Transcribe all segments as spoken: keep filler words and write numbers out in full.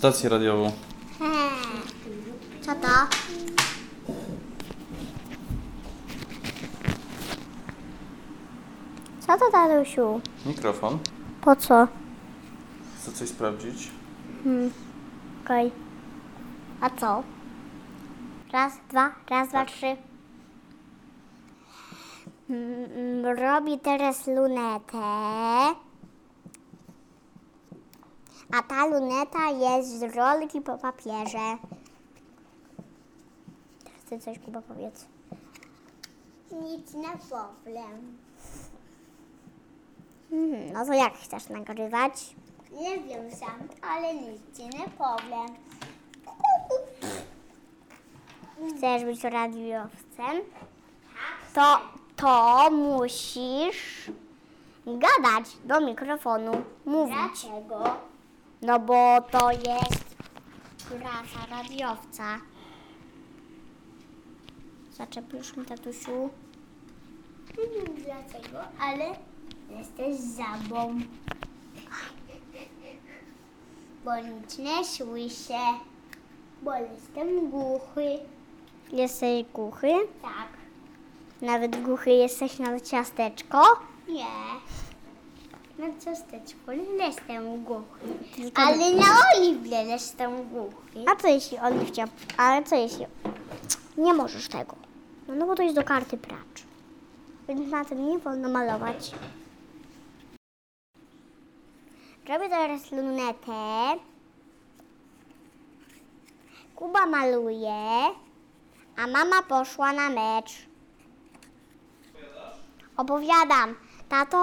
Stację radiową. He. Co to? Co to, talusiu? Mikrofon. Po co? Chcę coś sprawdzić. Hmm. Okej. Okay. A co? Raz, dwa, raz, dwa, trzy. Mm, robi teraz lunetę. A ta luneta jest z rolki po papierze. Teraz ty coś, Kuba, powiedz. Nic na problem. Hmm, no to jak chcesz nagrywać? Nie wiem sam, ale nic ci nie powiem. Chcesz być radiowcem? To, to musisz gadać do mikrofonu, mówić. Dlaczego? No bo to jest praca radiowca. Zaczepisz mi, tatusiu? Nie wiem dlaczego, ale jesteś zabą. Bo nic nie słyszę. Bo jestem głuchy. Jesteś głuchy? Tak. Nawet głuchy jesteś na ciasteczko? Nie. Na ciasteczku nie jestem głuchy. Tylko Ale na oliwie jestem głuchy. A co jeśli Oliwcia? Ale co jeśli... Nie możesz tego. No, no bo to jest do karty pracz. Więc na tym nie wolno malować. Robię teraz lunetę. Kuba maluje, a mama poszła na mecz. Opowiadam. Tato,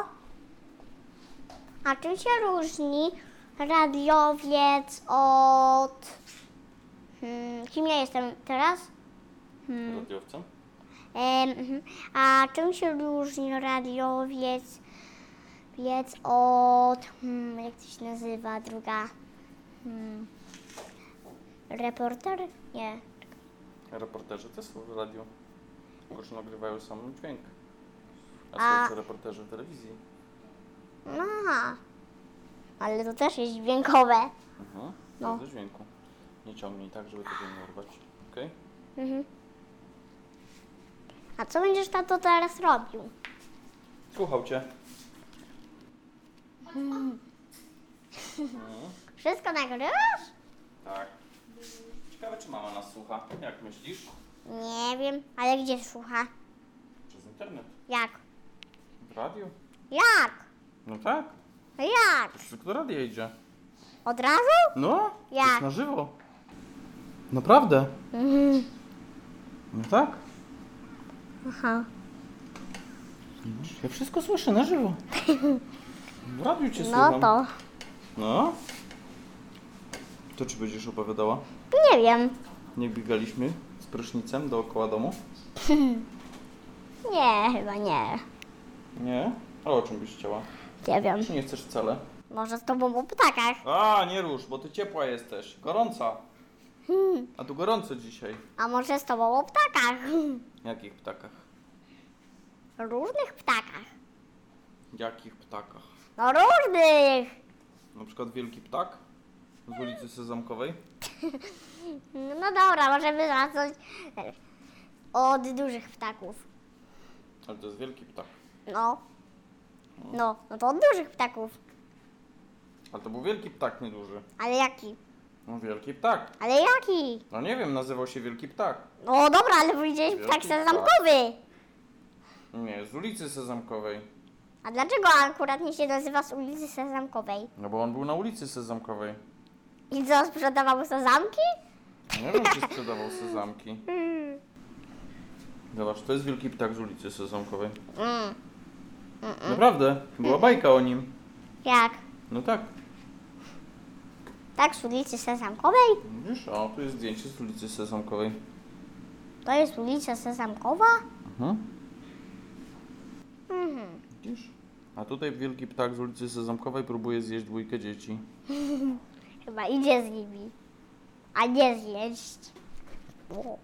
a czym się różni radiowiec od... Hmm, kim ja jestem teraz? Hmm. Radiowcem? Em, mhm. A czym się różni radiowiec wiec od... Hmm, jak to się nazywa druga? Hmm. Reporter? Nie. Reporterzy też są w radiu. Tylko że nagrywają sam dźwięk. A, A- są to reporterzy w telewizji. Aha. Ale to też jest dźwiękowe. Mhm. No. No. Do dźwięku. Nie ciągnij tak, żeby tego nie urwać. Okej? Mhm. A co będziesz, tato, teraz robił? Słuchał cię. Wszystko nagrywasz? Tak. Ciekawe, czy mama nas słucha. Jak myślisz? Nie wiem, ale gdzie słucha? Przez internet. Jak? W radiu? Jak? No tak. Jak? Wszystko do radia idzie. Od razu? No? To Jak? jest na żywo. Naprawdę? Mhm. No tak. Aha. Ja wszystko słyszę na żywo. W radiu cię No słucham. to No? To czy będziesz opowiadała? nie wiem. Nie biegaliśmy z prysznicem dookoła domu? Nie, chyba nie. Nie? A o czym byś chciała? Nie wiem. Czy nie chcesz wcale? Może z tobą o ptakach. A, nie rusz, bo ty ciepła jesteś. Gorąca. Hmm. A tu gorąco dzisiaj. A może z tobą o ptakach. Jakich ptakach? Różnych ptakach. Jakich ptakach? No różnych. Na przykład wielki ptak? Z ulicy Sezamkowej? No dobra, możemy zacząć od dużych ptaków. Ale to jest wielki ptak. No. No, no to od dużych ptaków. Ale to był wielki ptak, nieduży. Ale jaki? No wielki ptak. Ale jaki? No nie wiem, nazywał się wielki ptak. No dobra, ale powiedziałeś Wielki ptak ptak. sezamkowy. Nie, z ulicy Sezamkowej. A dlaczego akurat nie się nazywa z ulicy Sezamkowej? No bo on był na ulicy Sezamkowej. I co, sprzedawał sezamki? Nie wiem, czy sprzedawał sezamki. Mm. Zobacz, to jest wielki ptak z ulicy Sezamkowej. Mm. Naprawdę, była bajka o nim. Jak? No tak. Tak, z ulicy Sezamkowej? Widzisz, o, tu jest zdjęcie z ulicy Sezamkowej. To jest ulica Sezamkowa? Mhm. Mhm. Widzisz? A tutaj wielki ptak z ulicy Sezamkowej próbuje zjeść dwójkę dzieci. Chyba idzie z nimi. A nie zjeść. O.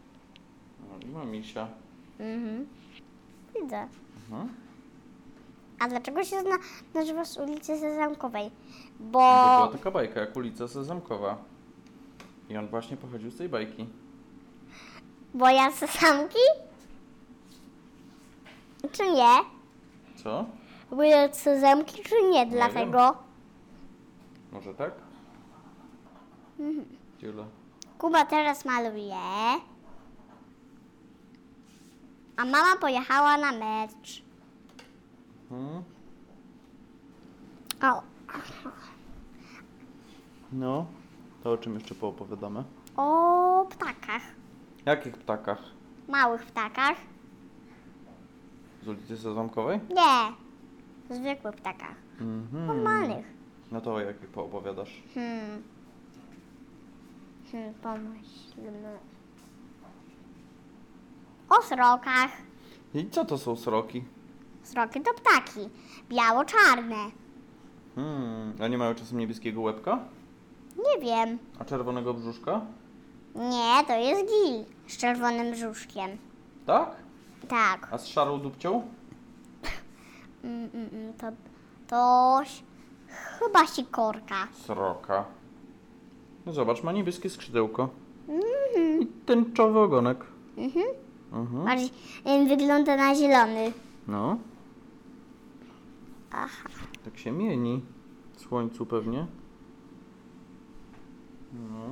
No i ma misia. Mhm. Widzę. Mhm. A dlaczego się zna, nazywa z ulicy Sezamkowej? Bo... To była taka bajka jak ulica Sezamkowa. I on właśnie pochodził z tej bajki. Bo ja Sezamki? Czy nie? Co? Bo ja Sezamki, czy nie? Dlatego... Może tak? Mhm. Dziula. Kuba teraz maluje. A mama pojechała na mecz. Hmm? O, No, to o czym jeszcze poopowiadamy? o ptakach. Jakich ptakach? Małych ptakach. Z ulicy Sezamkowej? Nie. Zwykłych ptakach. Mhm. Normalnych. No to o jakich poopowiadasz? Hmm. Hmm, pomyślmy. O srokach. I co to są sroki? Sroki to ptaki. Biało-czarne. Hmm, a nie mają czasem niebieskiego łebka? Nie wiem. A czerwonego brzuszka? Nie, to jest gil z czerwonym brzuszkiem. Tak? Tak. A z szarą dupcią? Mm, mm, mm, to, to ś- chyba sikorka. Sroka. No zobacz, ma niebieskie skrzydełko. Mhm. I tęczowy ogonek. Mhm. Mhm. Bardziej em, wygląda na zielony. No, Aha. tak się mieni. W słońcu pewnie. No.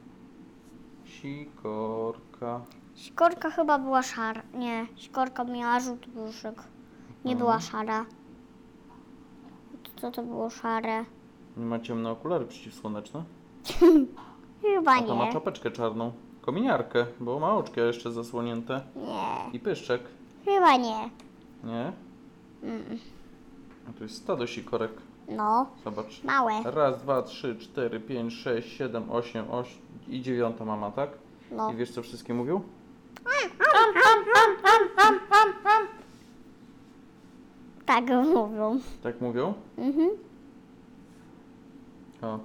Sikorka. Sikorka chyba była szara. Nie, sikorka miała żółty brzuszek. Nie Mhm. była szara. Co to było szare? Ma ciemne okulary przeciwsłoneczne. Chyba A to ma nie. czapeczkę czarną. Kominiarkę, bo ma oczka jeszcze zasłonięte. Nie, I pyszczek. chyba nie. Nie? Mm, A tu jest stado sikorek. No, Zobacz. małe. Raz, dwa, trzy, cztery, pięć, sześć, siedem, osiem, osiem i dziewiąta mama, tak? No. I wiesz co wszystkie mówią? Tak mówią. Tak mówią? Mhm. O.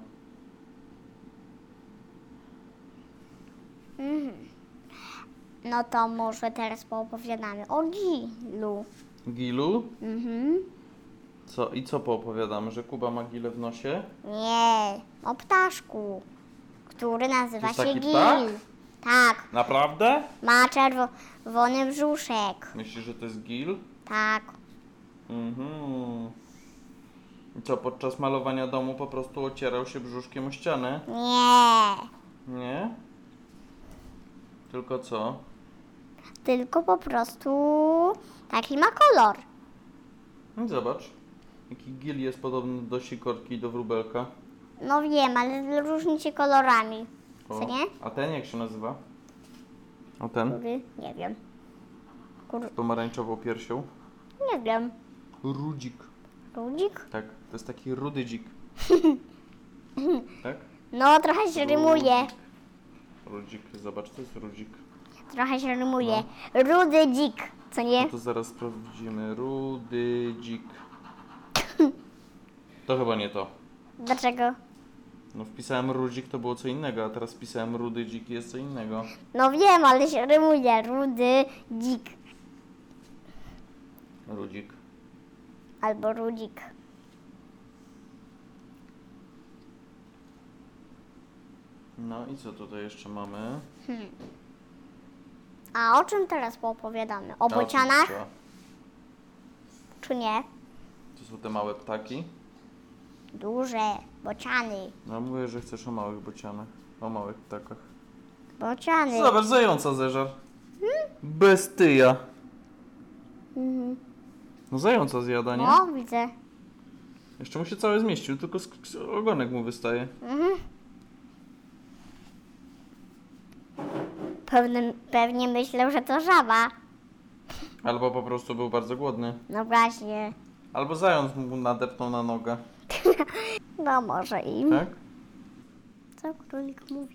Mhm. No to może teraz poopowiadamy o gilu. Gilu? Mhm. Co? I co poopowiadamy? Że Kuba ma gilę w nosie? Nie, o ptaszku, który nazywa jest się taki gil. ptak? Tak, Naprawdę? ma czerwony brzuszek. Myślisz, że to jest gil? Tak. Mhm. I co, podczas malowania domu po prostu ocierał się brzuszkiem o ścianę? Nie, Nie? Tylko co? tylko po prostu taki ma kolor. No i zobacz. Jaki gil jest podobny do sikorki i do wróbelka. No wiem, ale różni się kolorami. O. Co nie? A ten jak się nazywa? A ten? Który? Nie wiem. Kur... Z pomarańczową piersią? Nie wiem. Rudzik. Ludzik? Tak, to jest taki rudy dzik. Tak? No, trochę się rymuje. Rudzik, zobacz, to jest rudzik. Trochę się rymuje. Rudy dzik, co nie? No to zaraz sprawdzimy. Rudy dzik. To chyba nie to. Dlaczego? No wpisałem rudzik, to było co innego, a teraz wpisałem rudy dzik i jest co innego. No wiem, ale się rymuje. Rudy dzik. Rudzik. Albo rudzik. No i co tutaj jeszcze mamy? A o czym teraz poopowiadamy? O A, bocianach? co? Czy nie? To są te małe ptaki. Duże bociany. No mówię, że chcesz o małych bocianach. O małych ptakach. Bociany. Zobacz, zająca zeżar. Bestyja. Mhm. No zająca zjada, nie? No, widzę. Jeszcze mu się cały zmieścił, tylko sk- sk- ogonek mu wystaje. Mhm. Pewnie, pewnie myślę, że to żaba. Albo po prostu był bardzo głodny. No właśnie. Albo zając mu nadepnął na nogę. No może i. Tak? Co królik mówi?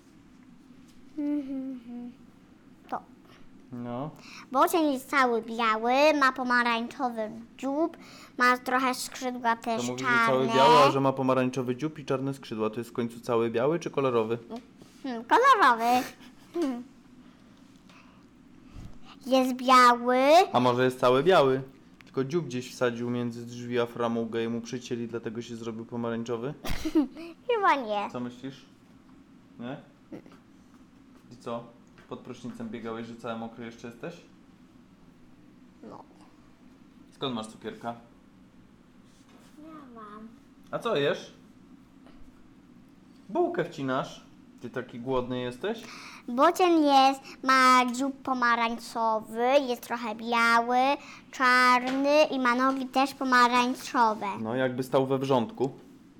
Mhm. To. No. Bocian jest cały biały, ma pomarańczowy dziób, ma trochę skrzydła To też mówi, czarne. że cały biały, a że ma pomarańczowy dziób i czarne skrzydła. To jest w końcu cały biały czy kolorowy? Hmm, kolorowy. Hmm. Jest biały. A może jest cały biały? Tylko tylko dziób gdzieś wsadził między drzwi a framugę i mu przycięli, dlatego się zrobił pomarańczowy? Chyba nie. Co myślisz? Nie? I co? Pod prysznicem biegałeś, że cały mokry jeszcze jesteś? No. Skąd masz cukierka? Ja mam. A co jesz? Bułkę wcinasz. Ty taki głodny jesteś? Bocian jest, ma dziób pomarańczowy, jest trochę biały, czarny i ma nogi też pomarańczowe. No jakby stał we wrzątku.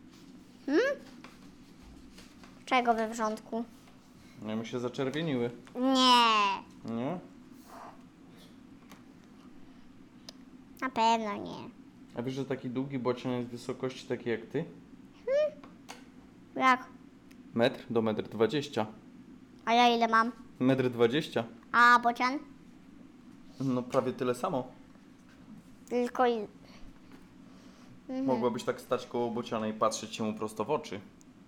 Czego we wrzątku? No i mu się zaczerwieniły. Nie, Nie? na pewno nie. A wiesz, że taki długi bocian jest wysokości takiej jak ty? Jak? Metr do metr dwadzieścia. A ja ile mam? Metr dwadzieścia. A bocian? No prawie tyle samo. Tylko i... Mogłabyś tak stać koło bociana i patrzeć się mu prosto w oczy.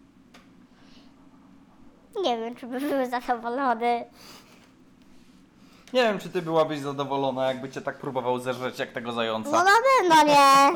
Nie wiem, czy by były zadowolony. Nie wiem, czy ty byłabyś zadowolona, jakby cię tak próbował zeżreć jak tego zająca. No na pewno nie.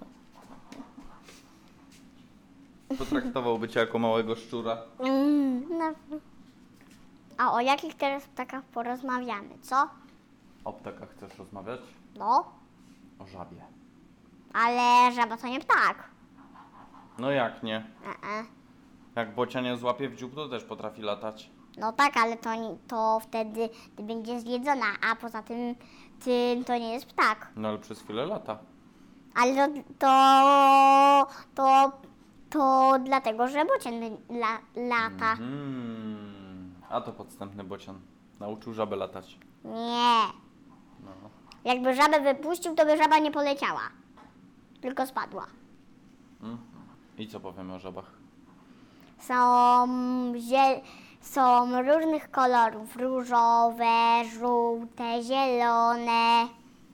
Potraktowałby cię jako małego szczura. Mm, no. A o jakich teraz ptakach porozmawiamy, co? O ptakach chcesz rozmawiać? No, O żabie. ale żaba to nie ptak. No jak nie? E-e. Jak bocianie złapie w dziób, to też potrafi latać. No tak, ale to, nie- to wtedy ty będzie zjedzona, a poza tym, tym to nie jest ptak. No ale przez chwilę lata. Ale to, to, to, to dlatego, że bocian la, lata. Mm. A to podstępny bocian. Nauczył żabę latać. Nie. No. Jakby żabę wypuścił, to by żaba nie poleciała. Tylko spadła. Mm. I co powiemy o żabach? Są, zie- są różnych kolorów. Różowe, żółte, zielone.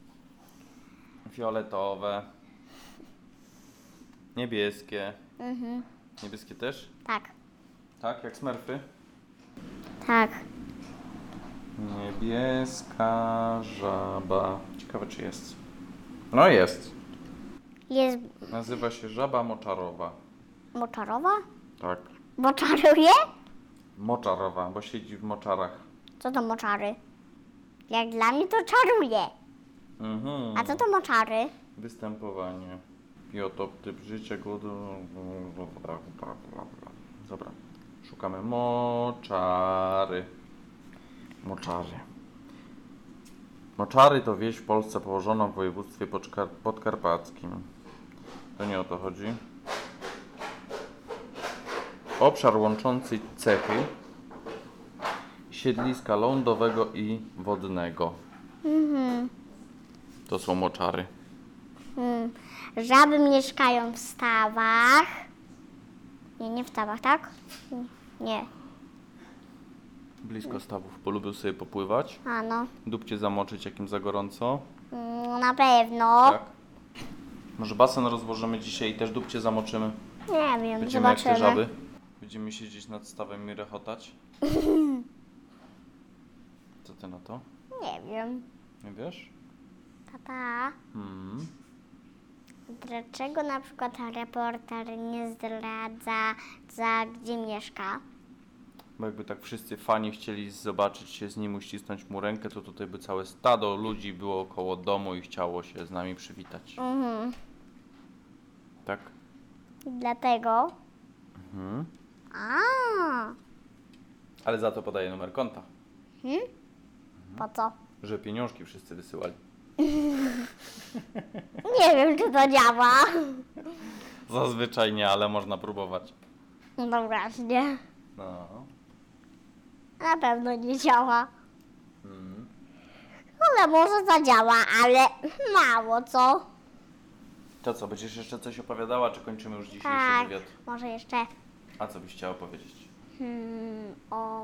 Fioletowe. Niebieskie. Mhm. Niebieskie też? Tak. Tak, jak smerfy. Tak. Niebieska żaba. Ciekawe, czy jest. No jest. Jest Nazywa się żaba moczarowa. moczarowa? Tak. Moczaruje? Moczarowa, bo siedzi w moczarach. Co to moczary? Jak dla mnie to czaruje. Mhm. A co to moczary? Występowanie. Biotop, typ życia, głodu. Dobra. Szukamy moczary. Moczary. Moczary to wieś w Polsce położona w województwie podkar- podkarpackim. To nie o to chodzi. Obszar łączący cechy siedliska lądowego i wodnego. Mhm. To są moczary. Hmm. Żaby mieszkają w stawach. Nie, nie w stawach, tak? Nie. Blisko stawów. Polubił sobie popływać. A no. Dupcie zamoczyć, jakim za gorąco. Mm, na pewno. Tak. Może basen rozłożymy dzisiaj i też dupcie zamoczymy. Nie wiem, Będziemy jak te zobaczymy. żaby. Będziemy siedzieć nad stawem i rechotać. Co ty na to? Nie wiem. Nie wiesz? Tata, Hmm. dlaczego na przykład reporter nie zdradza, za gdzie mieszka? Bo jakby tak wszyscy fani chcieli zobaczyć się z nim, uścisnąć mu rękę, to tutaj by całe stado ludzi było koło domu i chciało się z nami przywitać. Mhm. Tak? Dlatego. Mhm. A. Ale za to podaję numer konta, Hmm? Po co? że pieniążki wszyscy wysyłali. Nie wiem, czy to działa. Zazwyczaj nie, ale można próbować. No właśnie. No. Na pewno nie działa. Mhm. Ale może zadziała, ale mało co. To co, będziesz jeszcze coś opowiadała, czy kończymy już dzisiejszy Tak, wywiad? może jeszcze A co byś chciała powiedzieć? hmm, o,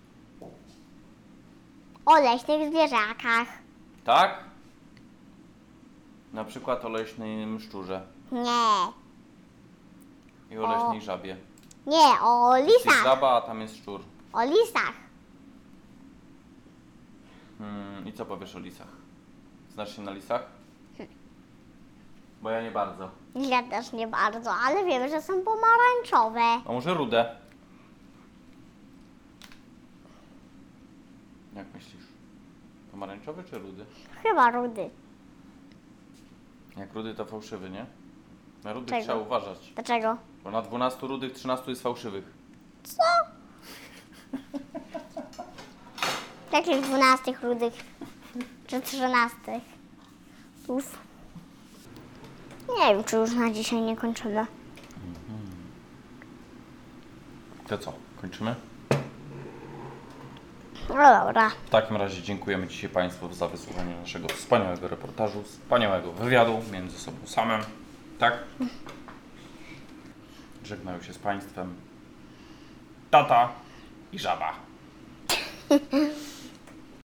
o leśnych zwierzakach. Tak? Na przykład o leśnym szczurze Nie, i o O. leśnej żabie. nie, o Jest lisach. żaba, a tam jest szczur. O lisach. Hmm, I co powiesz o lisach? Znasz się na lisach? Bo ja nie bardzo. Ja też nie bardzo, ale wiem, że są pomarańczowe. A może rude? Jak myślisz? Pomarańczowy czy rudy? Chyba rudy. Jak rudy to fałszywy, nie? Na rudych Czego? trzeba uważać. Dlaczego? Bo na dwunastu rudych trzynastu jest fałszywych. Co? Jakich dwunastych rudych? Czy trzynastych? Uf. Nie wiem, czy już na dzisiaj nie kończymy. To co? Kończymy? No dobra. W takim razie dziękujemy dzisiaj Państwu za wysłuchanie naszego wspaniałego reportażu, wspaniałego wywiadu między sobą samym. Tak? Żegnają się z Państwem tata i żaba.